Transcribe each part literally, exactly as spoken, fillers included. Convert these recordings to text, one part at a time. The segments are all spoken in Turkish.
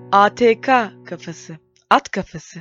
A T K kafası, at kafası.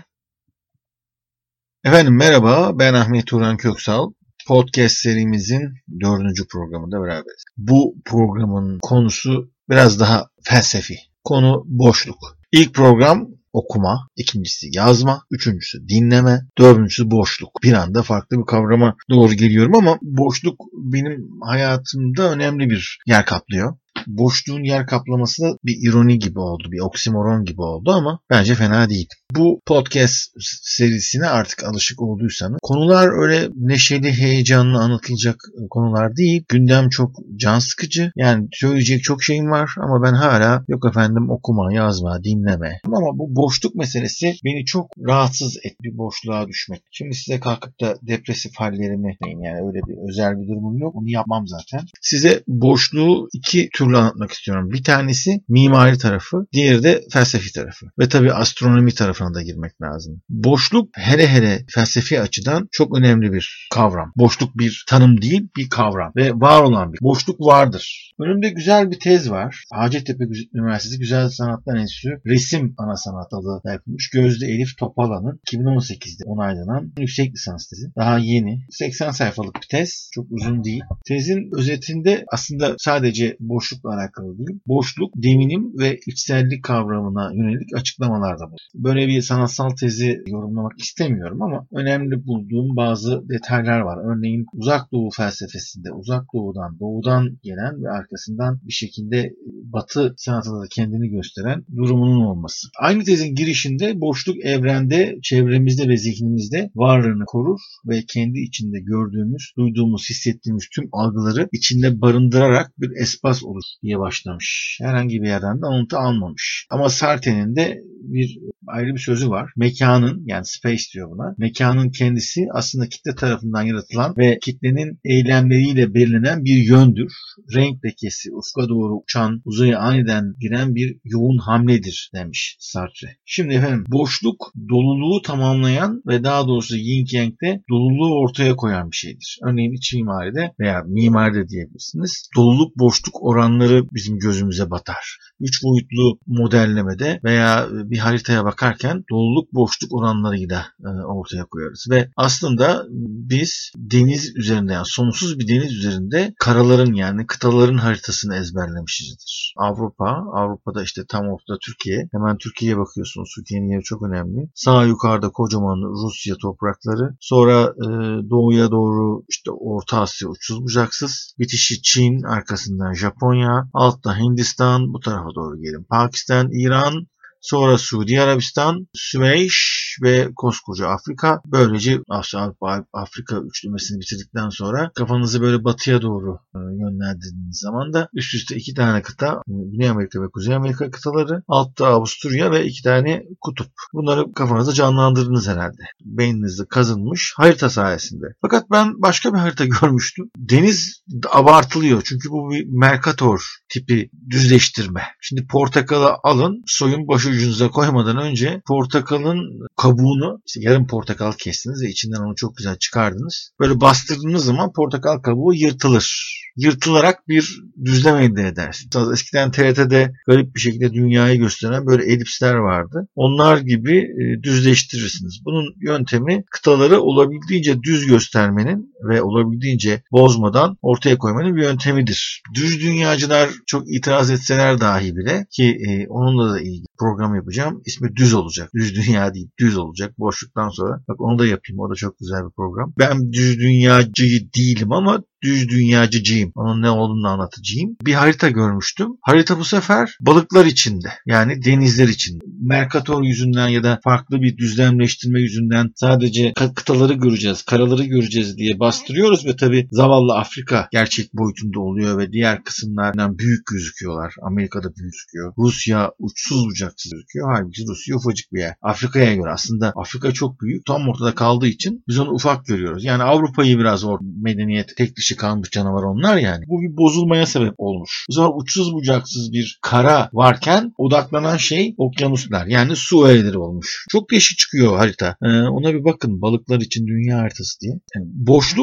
Efendim merhaba, ben Ahmet Turan Köksal. Podcast serimizin dördüncü programında beraberiz. Bu programın konusu biraz daha felsefi. Konu boşluk. İlk program okuma, ikincisi yazma, üçüncüsü dinleme, dördüncüsü boşluk. Bir anda farklı bir kavrama doğru geliyorum ama boşluk benim hayatımda önemli bir yer kaplıyor. Boşluğun yer kaplaması da bir ironi gibi oldu, bir oksimoron gibi oldu ama bence fena değil. Bu podcast serisine artık alışık olduysanız konular öyle neşeli, heyecanlı anlatılacak konular değil. Gündem çok can sıkıcı. Yani söyleyecek çok şeyim var ama ben hala yok efendim okuma, yazma, dinleme. Ama bu boşluk meselesi beni çok rahatsız etti, bir boşluğa düşmek. Şimdi size kalkıp da depresif hallerimi, yani öyle bir özel bir durumum yok. Onu yapmam zaten. Size boşluğu iki türlü anlatmak istiyorum. Bir tanesi mimari tarafı, diğeri de felsefi tarafı. Ve tabii astronomi tarafına da girmek lazım. Boşluk hele hele felsefi açıdan çok önemli bir kavram. Boşluk bir tanım değil, bir kavram. Ve var olan bir boşluk vardır. Önümde güzel bir tez var. Hacettepe Üniversitesi Güzel Sanatlar Enstitüsü Resim Ana Sanat Dalı yapılmış. Gözde Elif Topala'nın iki bin on sekizde onaylanan yüksek lisans tezi. Daha yeni. seksen sayfalık bir tez. Çok uzun değil. Tezin özetinde aslında sadece boşlukla alakalı değil, boşluk, deminim ve içsellik kavramına yönelik açıklamalar da var. Böyle bir sanatsal tezi yorumlamak istemiyorum ama önemli bulduğum bazı detaylar var. Örneğin Uzak Doğu felsefesinde, Uzak Doğu'dan, Doğu'dan gelen ve arkasından bir şekilde Batı sanatında da kendini gösteren durumunun olması. Aynı tezin girişinde boşluk evrende, çevremizde ve zihnimizde varlığını korur ve kendi içinde gördüğümüz, duyduğumuz, hissettiğimiz tüm algıları içinde barındırarak bir espas olur diye başlamış. Herhangi bir yerden de alıntı almamış. Ama Sartre'nin de bir ayrı bir sözü var. Mekanın, yani space diyor buna. Mekanın kendisi aslında kitle tarafından yaratılan ve kitlenin eylemleriyle belirlenen bir yöndür. Renk lekesi, ufka doğru uçan, uzaya aniden giren bir yoğun hamledir demiş Sartre. Şimdi efendim boşluk doluluğu tamamlayan ve daha doğrusu Yin Yang'de doluluğu ortaya koyan bir şeydir. Örneğin iç mimaride veya mimaride diyebilirsiniz. Doluluk boşluk oranları bizim gözümüze batar. Üç boyutlu modellemede veya bir haritaya bakarken doluluk boşluk oranlarıyla ortaya koyarız. Ve aslında biz deniz üzerinde, yani sonsuz bir deniz üzerinde karaların, yani kıtaların haritasını ezberlemişizdir. Avrupa, Avrupa'da işte tam ortada Türkiye. Hemen Türkiye'ye bakıyorsunuz. Türkiye'nin yeri çok önemli. Sağ yukarıda kocaman Rusya toprakları. Sonra e, doğuya doğru işte Orta Asya uçsuz bucaksız. Bitişi Çin, arkasından Japonya, altta Hindistan, bu tarafa doğru gelin Pakistan, İran, sonra Suudi Arabistan, Süveyş ve koskoca Afrika. Böylece Asya, Afrika üçlemesini bitirdikten sonra kafanızı böyle batıya doğru yönlendirdiğiniz zaman da üst üste iki tane kıta, Güney Amerika ve Kuzey Amerika kıtaları, altta Avusturya ve iki tane kutup. Bunları kafanızda canlandırdınız herhalde. Beyninizde kazınmış harita sayesinde. Fakat ben başka bir harita görmüştüm. Deniz abartılıyor. Çünkü bu bir Mercator tipi düzleştirme. Şimdi portakalı alın, soyun başı ucunuza koymadan önce portakalın kabuğunu, işte yarım portakal kestiniz ve içinden onu çok güzel çıkardınız. Böyle bastırdığınız zaman portakal kabuğu yırtılır. Yırtılarak bir düzlem elde edersiniz. Eskiden T R T'de garip bir şekilde dünyayı gösteren böyle elipsler vardı. Onlar gibi e, düzleştirirsiniz. Bunun yöntemi kıtaları olabildiğince düz göstermenin ve olabildiğince bozmadan ortaya koymanın bir yöntemidir. Düz dünyacılar çok itiraz etseler dahi bile, ki e, onunla da ilgili program yapacağım. İsmi düz olacak. Düz dünya değil, düz olacak. Boşluktan sonra. Bak onu da yapayım. O da çok güzel bir program. Ben düz dünyacı değilim ama düz dünyacıcıyım. Onun ne olduğunu anlatacağım. Bir harita görmüştüm. Harita bu sefer balıklar içinde. Yani denizler için. Mercator yüzünden ya da farklı bir düzlemleştirme yüzünden sadece kıtaları göreceğiz, karaları göreceğiz diye bastırıyoruz ve tabii zavallı Afrika gerçek boyutunda oluyor ve diğer kısımlardan büyük gözüküyorlar. Amerika'da büyük gözüküyor. Rusya uçsuz bucaksız gözüküyor. Halbuki Rusya ufacık bir yer. Afrika'ya göre aslında Afrika çok büyük. Tam ortada kaldığı için biz onu ufak görüyoruz. Yani Avrupa'yı biraz or medeniyet tek dışı kalmış canavar onlar yani. Bu bir bozulmaya sebep olmuş. Bu sefer uçsuz bucaksız bir kara varken odaklanan şey okyanuslar. Yani su öğeleri olmuş. Çok değişik çıkıyor harita. Ee, ona bir bakın. Balıklar için dünya haritası diye. Yani boşluk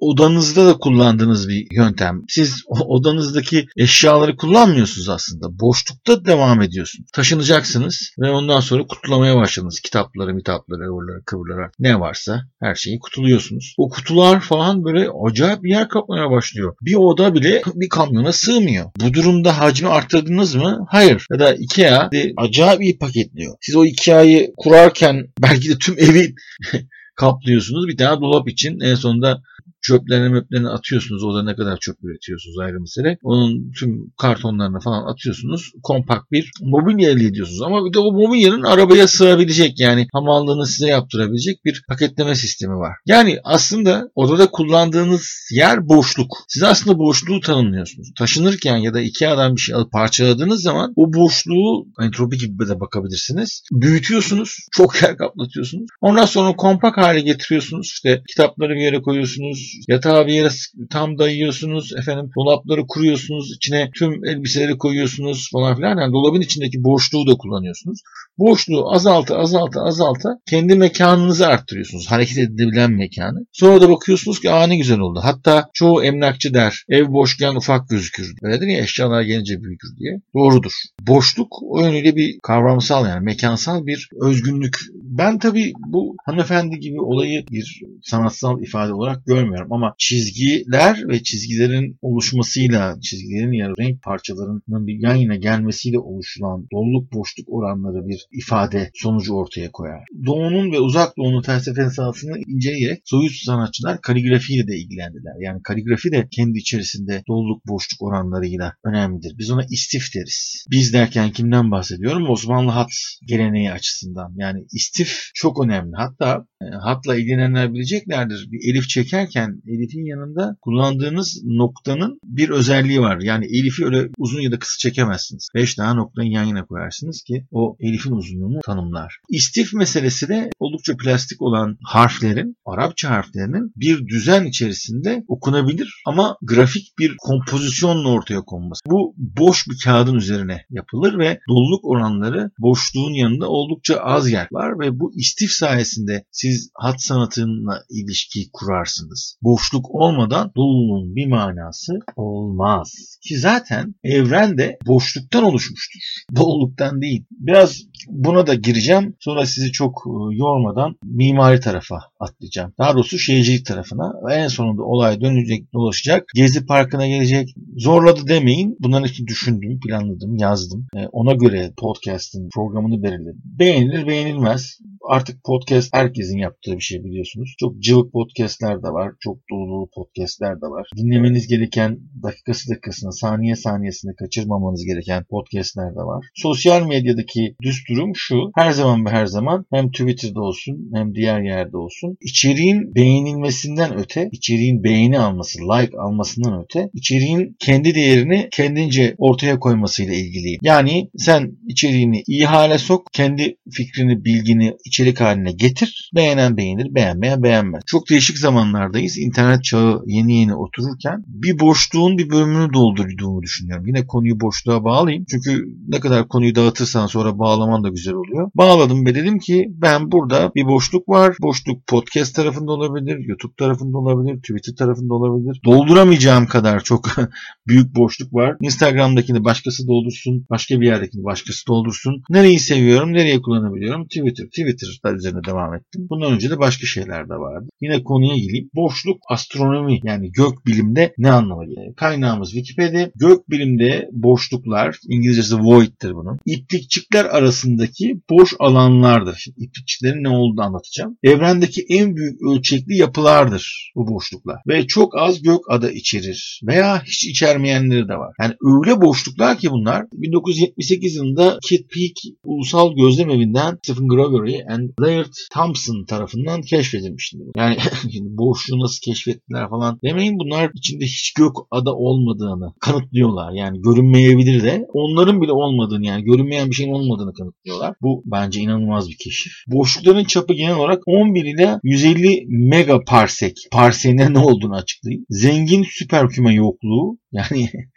odanızda da kullandığınız bir yöntem. Siz odanızdaki eşyaları kullanmıyorsunuz aslında. Boşlukta devam ediyorsunuz. Taşınacaksınız ve ondan sonra kutulamaya başladınız. Kitapları, mitapları, oraları, kıvırları ne varsa her şeyi kutuluyorsunuz. O kutular falan böyle acayip bir yer kapmaya başlıyor. Bir oda bile bir kamyona sığmıyor. Bu durumda hacmi arttırdınız mı? Hayır. Ya da IKEA acayip iyi paketliyor. Siz o IKEA'yı kurarken belki de tüm evi kaplıyorsunuz. Bir tane dolap için en sonunda çöplerini möplerini atıyorsunuz. O da ne kadar çöp üretiyorsunuz ayrı mesele. Onun tüm kartonlarını falan atıyorsunuz. Kompakt bir mobilya elde ediyorsunuz. Ama bir de o mobilyanın arabaya sığabilecek, yani hamallığını size yaptırabilecek bir paketleme sistemi var. Yani aslında odada kullandığınız yer boşluk. Siz aslında boşluğu tanımlıyorsunuz. Taşınırken ya da IKEA'dan bir şey alıp parçaladığınız zaman o boşluğu entropi gibi de bakabilirsiniz. Büyütüyorsunuz. Çok yer kaplatıyorsunuz. Ondan sonra kompakt hale getiriyorsunuz. İşte kitapları bir yere koyuyorsunuz. Yatağı bir yere tam dayıyorsunuz. Efendim dolapları kuruyorsunuz. İçine tüm elbiseleri koyuyorsunuz falan filan. Yani dolabın içindeki boşluğu da kullanıyorsunuz. Boşluğu azalta azalta azalta kendi mekanınızı arttırıyorsunuz. Hareket edebilen mekanı. Sonra da bakıyorsunuz ki aa ne güzel oldu. Hatta çoğu emlakçı der ev boşken ufak gözükür. Öyledir ya, eşyalar gelince büyükür diye. Doğrudur. Boşluk o yönüyle bir kavramsal, yani mekansal bir özgünlük. Ben tabii bu hanımefendi gibi olayı bir sanatsal ifade olarak görmüyorum ama çizgiler ve çizgilerin oluşmasıyla, çizgilerin ya renk parçalarının bir yan yana gelmesiyle oluşulan doluluk boşluk oranları bir ifade sonucu ortaya koyar. Doğu'nun ve Uzak Doğu'nun felsefe sahasını inceleyerek soyut sanatçılar kaligrafiyle de ilgilendiler. Yani kaligrafi de kendi içerisinde doluluk boşluk oranlarıyla önemlidir. Biz ona istif deriz. Biz derken kimden bahsediyorum? Osmanlı hat geleneği açısından. Yani istif çok önemli. Hatta e, hatla ilgilenenler bileceklerdir. Bir elif çekerken elifin yanında kullandığınız noktanın bir özelliği var. Yani elifi öyle uzun ya da kısa çekemezsiniz. Beş tane noktayı yan yana koyarsınız ki o elifin uzunluğunu tanımlar. İstif meselesi de oldukça plastik olan harflerin, Arapça harflerinin bir düzen içerisinde okunabilir ama grafik bir kompozisyonla ortaya konması. Bu boş bir kağıdın üzerine yapılır ve doluluk oranları boşluğun yanında oldukça az yer var ve bu istif sayesinde siz hat sanatına ilişki kurarsınız. Boşluk olmadan doluluğun bir manası olmaz. Ki zaten evren de boşluktan oluşmuştur. Doluluktan değil. Biraz buna da gireceğim. Sonra sizi çok yormadan mimari tarafa atlayacağım. Daha doğrusu şehircilik tarafına. Ve en sonunda olay dönecek, dolaşacak. Gezi Parkı'na gelecek. Zorladı demeyin. Bunların için düşündüm, planladım, yazdım. Ee, ona göre podcast'ın programını belirledim. Beğenilir, beğenilmez. Artık podcast herkesin yaptığı bir şey biliyorsunuz. Çok cıvık podcastler de var. Çok dolu dolu podcastler de var. Dinlemeniz gereken dakikası dakikasına, saniye saniyesine kaçırmamanız gereken podcastler de var. Sosyal medyadaki düsturum şu. Her zaman ve her zaman hem Twitter'da olsun hem diğer yerde olsun içeriğin beğenilmesinden öte, içeriğin beğeni alması, like almasından öte, içeriğin kendi değerini kendince ortaya koymasıyla ilgiliyim. Yani sen içeriğini iyi hale sok, kendi fikrini, bilgini içerik haline getir. Beğenen beğenir, beğenmeyen beğenmez. Çok değişik zamanlardayız. İnternet çağı yeni yeni otururken bir boşluğun bir bölümünü doldurduğumu düşünüyorum. Yine konuyu boşluğa bağlayayım. Çünkü ne kadar konuyu dağıtırsan sonra bağlaman da güzel oluyor. Bağladım ve dedim ki ben burada bir boşluk var. Boşluk podcast tarafında olabilir, YouTube tarafında olabilir, Twitter tarafında olabilir. Dolduramayacağım kadar çok büyük boşluk var. Instagram'dakini başkası doldursun, başka bir yerdekini başkası doldursun. Nereyi seviyorum, nereye kullanabiliyorum? Twitter. Twitter'da üzerine devam ettim. Bundan önce de başka şeyler de vardı. Yine konuya geleyim. Boşluk astronomi, yani gök bilimde ne anlama geliyor? Kaynağımız Wikipedia. Gök bilimde boşluklar, İngilizcesi void'tir bunun. İplikçikler arasındaki boş alanlardır. Şimdi iplikçiklerin ne olduğunu anlatacağım. Evrendeki en büyük ölçekli yapılardır bu boşluklar. Ve çok az gök ada içerir. Veya hiç içermeyenleri de var. Yani öyle boşluklar ki bunlar bin dokuz yüz yetmiş sekiz yılında Kitt Peak Ulusal Gözlem Evi'nden Stephen Gregory and Laird Thompson tarafından keşfedilmiştir. Yani boşluğu nasıl keşfettiler falan demeyin, bunlar içinde hiç gök ada olmadığını kanıtlıyorlar. Yani görünmeyebilir de onların bile olmadığını, yani görünmeyen bir şeyin olmadığını kanıtlıyorlar. Bu bence inanılmaz bir keşif. Boşlukların çapı genel olarak on bir ile yüz elli megaparsek. Parseğine ne olduğunu açıklayayım. Zengin süperküme yokluğu, yani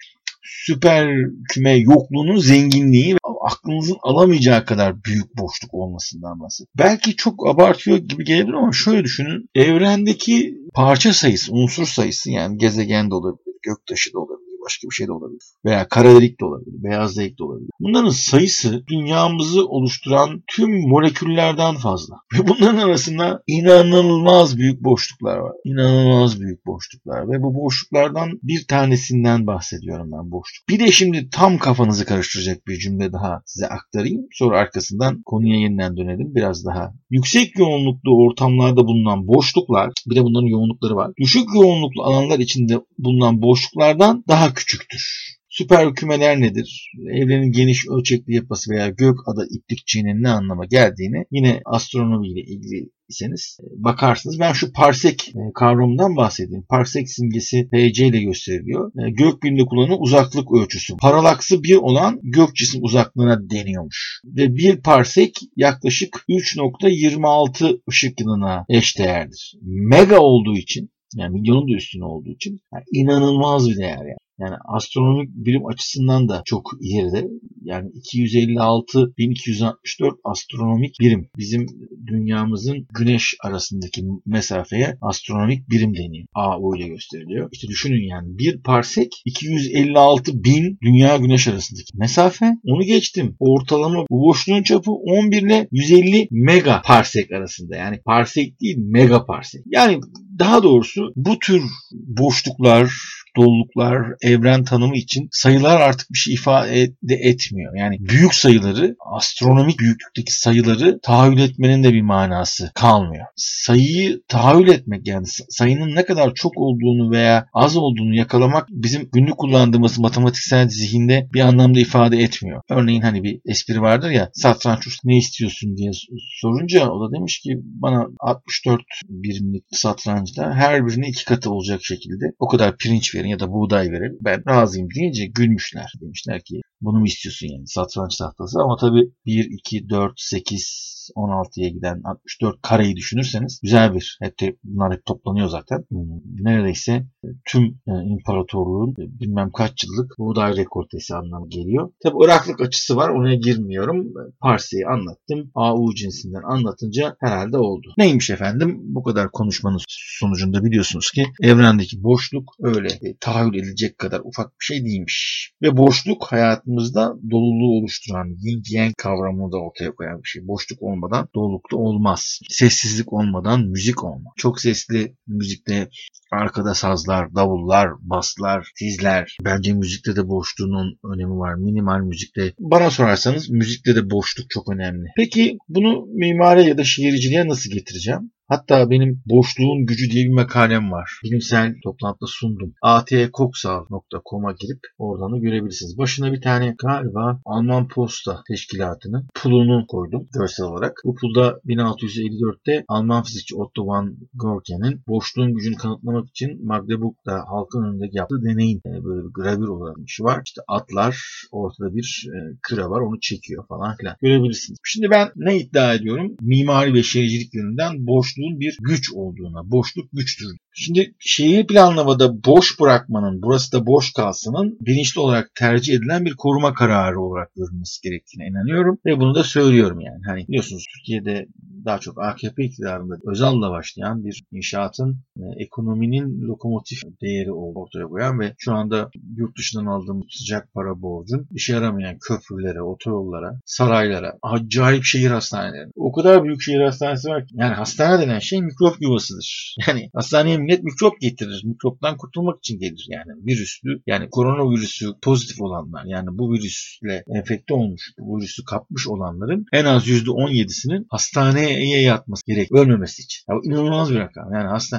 süper küme yokluğunun zenginliği ve aklınızın alamayacağı kadar büyük boşluk olmasından bahsediyor. Belki çok abartıyor gibi gelebilir ama şöyle düşünün. Evrendeki parça sayısı, unsur sayısı, yani gezegen de olabilir, göktaşı da olabilir, başka bir şey de olabilir. Veya kara delik de olabilir, beyaz delik de olabilir. Bunların sayısı dünyamızı oluşturan tüm moleküllerden fazla. Ve bunların arasında inanılmaz büyük boşluklar var. İnanılmaz büyük boşluklar. Ve bu boşluklardan bir tanesinden bahsediyorum ben, boşluk. Bir de şimdi tam kafanızı karıştıracak bir cümle daha size aktarayım. Sonra arkasından konuya yeniden dönelim biraz daha. Yüksek yoğunluklu ortamlarda bulunan boşluklar, bir de bunların yoğunlukları var. Düşük yoğunluklu alanlar içinde bulunan boşluklardan daha küçüktür. Süper kümeler nedir? Evrenin geniş ölçekli yapısı veya gök ada iplikçiğinin ne anlama geldiğini yine astronomiyle ilgiliyseniz bakarsınız. Ben şu parsek kavramından bahsedeyim. Parsek simgesi P C ile gösteriliyor. Gök bilimde kullanılan uzaklık ölçüsü. Paralaksı bir olan gök cisim uzaklığına deniyormuş. Ve bir parsek yaklaşık üç nokta yirmi altı ışık yılına eşdeğerdir. Mega olduğu için, yani milyonun da üstüne olduğu için yani inanılmaz bir değer yani. Yani astronomik bilim açısından da çok ileride. Yani iki yüz elli altı bin iki yüz altmış dört astronomik birim. Bizim dünyamızın güneş arasındaki mesafeye astronomik birim deniyor. A O ile gösteriliyor. İşte düşünün yani bir parsek iki yüz elli altı bin dünya güneş arasındaki mesafe. Onu geçtim. Ortalama bu boşluğun çapı on bir ile yüz elli mega parsek arasında. Yani parsek değil, mega parsek. Yani daha doğrusu bu tür boşluklar, doluluklar, evren tanımı için sayılar artık bir şey ifade etmiyor. Yani büyük sayıları, astronomik büyüklükteki sayıları tahayyül etmenin de bir manası kalmıyor. Sayıyı tahayyül etmek, yani sayının ne kadar çok olduğunu veya az olduğunu yakalamak bizim günlük kullandığımız matematiksel zihinde bir anlamda ifade etmiyor. Örneğin hani bir espri vardır ya, satranç usta ne istiyorsun diye sorunca o da demiş ki bana altmış dört birimlik satrançta her birine iki katı olacak şekilde o kadar pirinç verin ya da buğday verelim, ben razıyım deyince gülmüşler. Demişler ki bunu mu istiyorsun yani, satranç tahtası. Ama tabii bir, iki, dört, sekiz, on altıya giden altmış dört kareyi düşünürseniz güzel bir, hep de, bunlar hep toplanıyor zaten. Neredeyse tüm imparatorluğun bilmem kaç yıllık buğday rekoltesi anlamı geliyor. Tabii Iraklık açısı var, oraya girmiyorum. Parsi'yi anlattım. A U cinsinden anlatınca herhalde oldu. Neymiş efendim? Bu kadar konuşmanın sonucunda biliyorsunuz ki evrendeki boşluk öyle e, tahayyül edilecek kadar ufak bir şey değilmiş. Ve boşluk hayatımızda doluluğu oluşturan yin yang kavramını da ortaya koyan bir şey. Boşluk olmadan doluluk da olmaz. Sessizlik olmadan müzik olmaz. Çok sesli müzikte arkada sazlar, davullar, baslar, tizler. Bence müzikte de boşluğunun önemi var. Minimal müzikte. Bana sorarsanız müzikte de boşluk çok önemli. Peki bunu mimari ya da şiirciliğe nasıl getireceğim? Hatta benim Boşluğun Gücü diye bir makalem var. Bilimsel toplantıda sundum. a t koksal nokta com'a girip oradan da görebilirsiniz. Başına bir tane galiba Alman Posta Teşkilatı'nın pulunu koydum görsel olarak. Bu pulda bin altı yüz elli dörtte Alman fizikçi Otto von Guericke'nin boşluğun gücünü kanıtlamak için Magdeburg'da halkın önündeki yaptığı deneyin yani böyle bir gravür olarak bir şey var. İşte atlar, ortada bir e, kıra var, onu çekiyor falan filan. Görebilirsiniz. Şimdi ben ne iddia ediyorum? Mimari ve şehircilik yönünden boş bir güç olduğuna, boşluk güçtür. Şimdi şehir planlamada boş bırakmanın, burası da boş kalsının bilinçli olarak tercih edilen bir koruma kararı olarak görülmesi gerektiğine inanıyorum ve bunu da söylüyorum yani. Hani biliyorsunuz Türkiye'de daha çok A K P iktidarında Özal'la başlayan bir inşaatın e, ekonominin lokomotif değeri ortaya koyan ve şu anda yurt dışından aldığımız sıcak para borcun işe yaramayan köprülere, otoyollara, saraylara, acayip şehir hastaneleri. O kadar büyük şehir hastanesi var ki, yani hastane denen şey mikrop yuvasıdır. Yani hastaneye millet mikrop getirir. Mikroptan kurtulmak için gelir yani. Virüslü, yani koronavirüsü pozitif olanlar, yani bu virüsle enfekte olmuş, bu virüsü kapmış olanların en az yüzde on yedisinin hastaneye yatması gerek, ölmemesi için. Ya, inanılmaz bir rakam. Yani hasta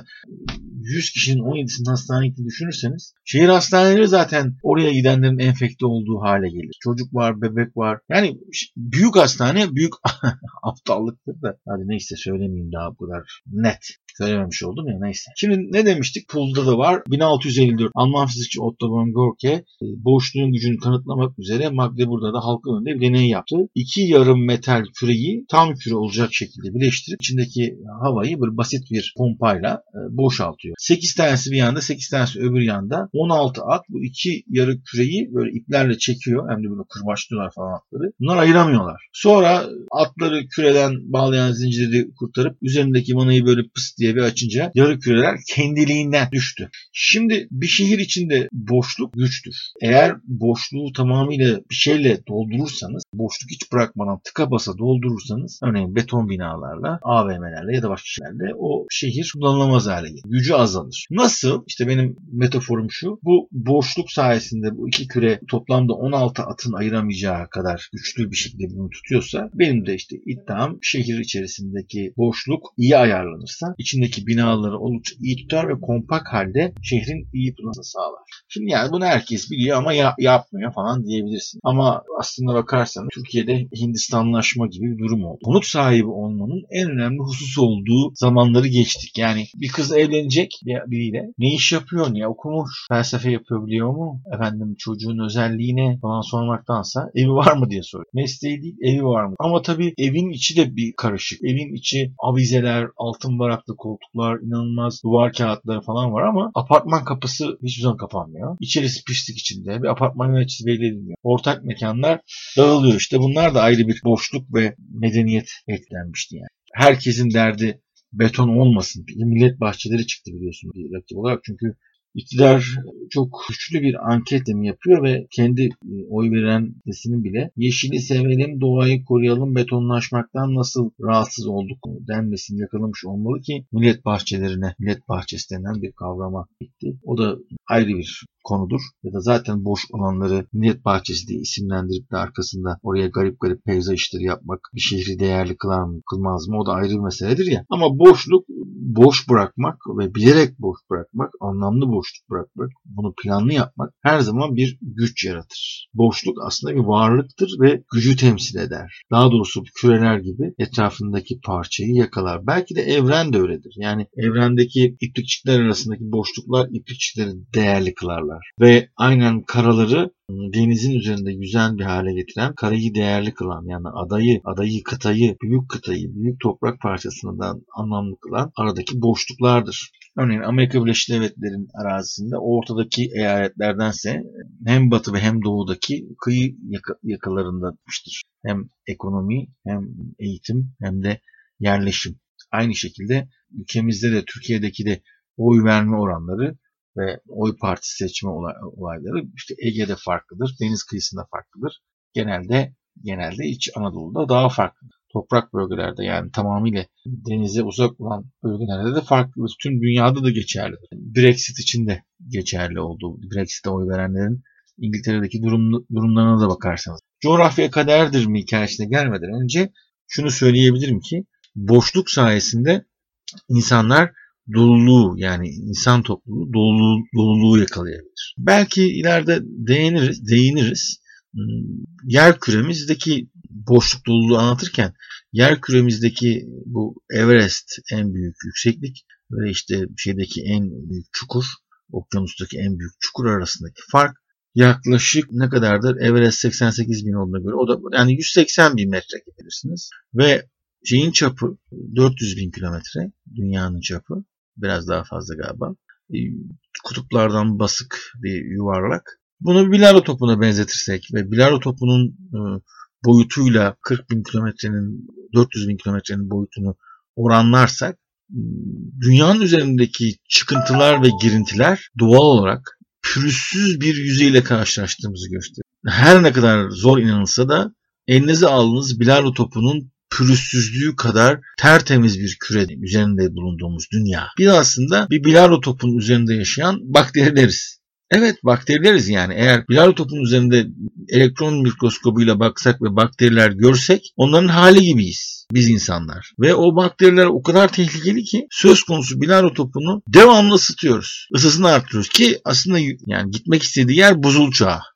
yüz kişinin on yedisinin hastaneye gittiğini düşünürseniz, şehir hastaneleri zaten oraya gidenlerin enfekte olduğu hale gelir. Çocuk var, bebek var. Yani büyük hastane büyük aptallıktır da. Hadi neyse söylemeyeyim daha bu kadar net. Söylememiş oldum ya, neyse. Şimdi Şimdi ne demiştik? Pool'da da var. bin altı yüz elli dört Alman fizikçi Otto von Guericke boşluğun gücünü kanıtlamak üzere Magdeburg'da da halkın önünde bir deney yaptı. İki yarım metal küreyi tam küre olacak şekilde birleştirip içindeki havayı böyle basit bir pompayla boşaltıyor. sekiz tanesi bir yanda, sekiz tanesi öbür yanda. on altı at bu iki yarı küreyi böyle iplerle çekiyor. Hem de böyle kırbaçlıyorlar falan atları. Bunlar ayıramıyorlar. Sonra atları küreden bağlayan zinciri kurtarıp üzerindeki manayı böyle pıs diye bir açınca yarı küreler kendiliğinden düştü. Şimdi bir şehir içinde boşluk güçtür. Eğer boşluğu tamamıyla bir şeyle doldurursanız, boşluk hiç bırakmadan tıka basa doldurursanız, örneğin beton binalarla, A V M'lerle ya da başka şeylerle o şehir kullanılamaz hale gelir. Gücü azalır. Nasıl? İşte benim metaforum şu. Bu boşluk sayesinde bu iki küre toplamda on altı atın ayıramayacağı kadar güçlü bir şekilde bunu tutuyorsa, benim de işte iddiam şehir içerisindeki boşluk iyi ayarlanırsa içindeki binaları oldukça iyi tutar ve kompak halde şehrin iyi tutulmasını sağlar. Şimdi yani bunu herkes biliyor ama ya, yapmıyor falan diyebilirsin. Ama aslında bakarsanız Türkiye'de Hindistanlaşma gibi bir durum oldu. Konut sahibi olmanın en önemli hususu olduğu zamanları geçtik. Yani bir kız evlenecek biriyle. Ne iş yapıyor, ne okumuş, felsefe yapıyor, biliyor mu? Efendim çocuğun özelliği ne falan sormaktansa evi var mı diye soruyor. Mesleği değil, evi var mı? Ama tabii evin içi de bir karışık. Evin içi avizeler, altın varaklı koltuklar, inanılmaz duvar kağıtları falan var ama apartman kapısı hiçbir zaman kapanmıyor. İçerisi pislik içinde. Bir apartman yöneticisi belli edilmiyor. Ortak mekanlar dağılıyor. İşte bunlar da ayrı bir boşluk ve medeniyet eklenmişti yani. Herkesin derdi beton olmasın. Millet bahçeleri çıktı biliyorsun bir rakip olarak. Çünkü İktidar çok güçlü bir anket mi yapıyor ve kendi oy veren kitlesinin bile yeşili sevelim, doğayı koruyalım, betonlaşmaktan nasıl rahatsız olduk denmesini yakalamış olmalı ki millet bahçelerine, millet bahçesi denen bir kavrama gitti. O da ayrı bir konudur. Ya da zaten boş alanları millet bahçesi diye isimlendirip de arkasında oraya garip garip peyzaj işleri yapmak bir şehri değerli kılar mı, kılmaz mı? O da ayrı bir meseledir ya. Ama boşluk, boş bırakmak ve bilerek boş bırakmak, anlamlı boşluk bırakmak, bunu planlı yapmak her zaman bir güç yaratır. Boşluk aslında bir varlıktır ve gücü temsil eder. Daha doğrusu küreler gibi etrafındaki parçayı yakalar. Belki de evren de öyledir. Yani evrendeki iplikçikler arasındaki boşluklar iplikçikleri değerli kılarlar. Ve aynen karaları denizin üzerinde yüzen bir hale getiren, karayı değerli kılan, yani adayı, adayı, kıtayı, büyük kıtayı, büyük toprak parçasından anlamlı kılan aradaki boşluklardır. Örneğin Amerika Birleşik Devletleri'nin arazisinde ortadaki eyaletlerdense hem batı ve hem doğudaki kıyı yaka- yakalarında tutmuştur. Hem ekonomi, hem eğitim, hem de yerleşim. Aynı şekilde ülkemizde de Türkiye'deki de oy verme oranları ve oy partisi seçme olay, olayları işte Ege'de farklıdır, deniz kıyısında farklıdır. Genelde genelde İç Anadolu'da daha farklı. Toprak bölgelerde, yani tamamıyla denize uzak olan bölgelerde de farklı. Tüm dünyada da geçerli. Brexit için de geçerli olduğu, Brexit'e oy verenlerin İngiltere'deki durum, durumlarına da bakarsanız. Coğrafya kaderdir mi hikayesine gelmeden önce şunu söyleyebilirim ki boşluk sayesinde insanlar doluluğu, yani insan topluluğu doluluğu, doluluğu yakalayabilir. Belki ileride değiniriz, değiniriz. Yer küremizdeki boşluk doluluğu anlatırken yer küremizdeki bu Everest en büyük yükseklik ve işte şeydeki en büyük çukur, okyanustaki en büyük çukur arasındaki fark yaklaşık ne kadardır? Everest seksen sekiz bin olduğuna göre o da yani yüz seksen bin metre bilirsiniz ve şeyin çapı dört yüz bin kilometre, dünyanın çapı biraz daha fazla galiba. Kutuplardan basık bir yuvarlak. Bunu bir bilardo topuna benzetirsek ve bilardo topunun boyutuyla kırk bin kilometrenin, dört yüz bin kilometrenin boyutunu oranlarsak dünyanın üzerindeki çıkıntılar ve girintiler doğal olarak pürüzsüz bir yüzeyle karşılaştığımızı gösteriyor. Her ne kadar zor inanılsa da elinize aldığınız bilardo topunun pürüzsüzlüğü kadar tertemiz bir küre üzerinde bulunduğumuz dünya. Biz aslında bir bilardo topunun üzerinde yaşayan bakterileriz. Evet, bakterileriz yani. Eğer bilardo topunun üzerinde elektron mikroskobuyla baksak ve bakteriler görsek onların hali gibiyiz biz insanlar. Ve o bakteriler o kadar tehlikeli ki söz konusu bilardo topunu devamlı ısıtıyoruz. Isısını artırıyoruz ki aslında yani gitmek istediği yer buzul çağı.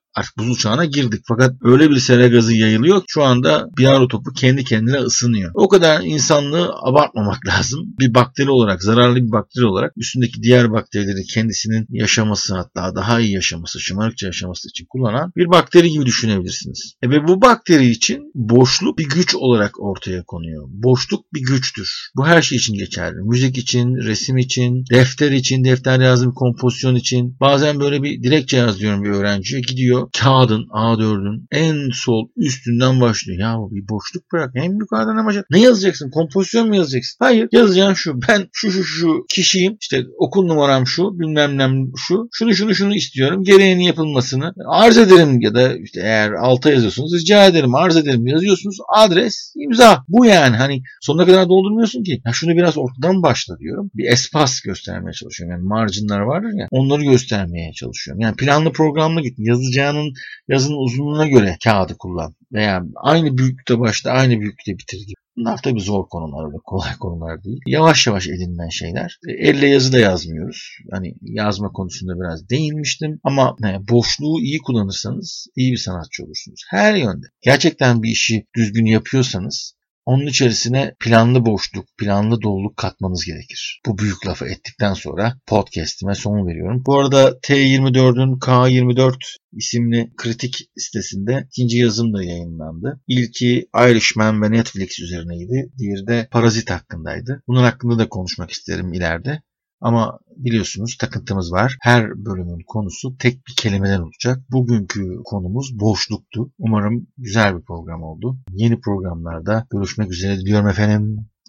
artık buzul çağına girdik. Fakat öyle bir sera gazı yayılıyor. Şu anda biyaro topu kendi kendine ısınıyor. O kadar insanlığı abartmamak lazım. Bir bakteri olarak, zararlı bir bakteri olarak üstündeki diğer bakterileri kendisinin yaşaması, hatta daha iyi yaşaması, şımarıkça yaşaması için kullanan bir bakteri gibi düşünebilirsiniz. E ve bu bakteri için boşluk bir güç olarak ortaya konuyor. Boşluk bir güçtür. Bu her şey için geçerli. Müzik için, resim için, defter için, defter yazım, kompozisyon için. Bazen böyle bir dilekçe yazıyorum bir öğrenciye. Gidiyor kağıdın, A dördün en sol üstünden başlıyor. Ya bir boşluk bırak. Hem yukarıdan hem aşağı. Ne yazacaksın? Kompozisyon mu yazacaksın? Hayır. Yazacağın şu. Ben şu şu şu kişiyim. İşte okul numaram şu. Bilmem ne şu. Şunu şunu şunu istiyorum. Gereğinin yapılmasını arz ederim ya da işte eğer alta yazıyorsunuz rica ederim, arz ederim yazıyorsunuz. Adres, imza. Bu yani. Hani sonuna kadar doldurmuyorsun ki. Ya şunu biraz ortadan başla diyorum. Bir espas göstermeye çalışıyorum. Yani marjinler vardır ya. Onları göstermeye çalışıyorum. Yani planlı programlı git. Yazacağının yazının uzunluğuna göre kağıdı kullan. Veya aynı büyüklükte başla, aynı büyüklükte bitir gibi. Bunlar tabii zor konular, öyle kolay konular değil. Yavaş yavaş edinilen şeyler. Elle yazı da yazmıyoruz. Hani yazma konusunda biraz değinmiştim. Ama ne, boşluğu iyi kullanırsanız iyi bir sanatçı olursunuz. Her yönde. Gerçekten bir işi düzgün yapıyorsanız onun içerisine planlı boşluk, planlı doluluk katmanız gerekir. Bu büyük lafı ettikten sonra podcast'ime son veriyorum. Bu arada T yirmi dördün K yirmi dört isimli kritik sitesinde ikinci yazım da yayınlandı. İlki Irishman ve Netflix üzerineydi. Diğeri de Parazit hakkındaydı. Bunun hakkında da konuşmak isterim ileride. Ama biliyorsunuz takıntımız var. Her bölümün konusu tek bir kelimeden olacak. Bugünkü konumuz boşluktu. Umarım güzel bir program oldu. Yeni programlarda görüşmek üzere diliyorum efendim.